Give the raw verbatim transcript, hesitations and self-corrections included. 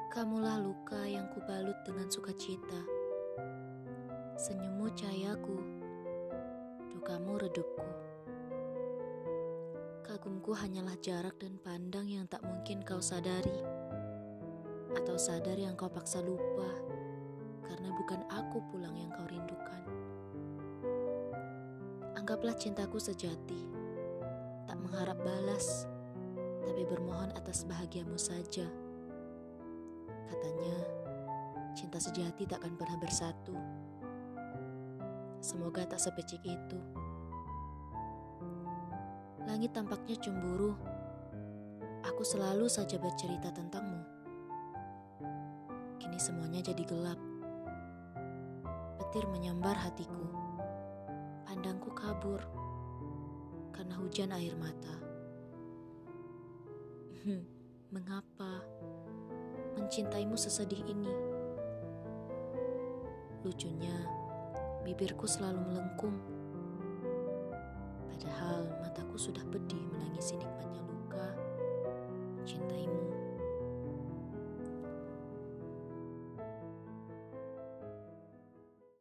Kamulah luka yang kubalut dengan sukacita. Senyummu cahayaku, dukamu redupku. Kagumku hanyalah jarak dan pandang yang tak mungkin kau sadari, atau sadar yang kau paksa lupa, karena bukan aku pulang yang kau rindukan. Anggaplah cintaku sejati, tak mengharap balas, tapi bermohon atas bahagiamu saja. Katanya, cinta sejati takkan pernah bersatu. Semoga tak sepecik itu. Langit tampaknya cemburu. Aku selalu saja bercerita tentangmu. Kini semuanya jadi gelap. Petir menyambar hatiku. Pandangku kabur karena hujan air mata. Mengapa mencintaimu sesedih ini? Lucunya, bibirku selalu melengkung. Padahal mataku sudah pedih menangisi nikmatnya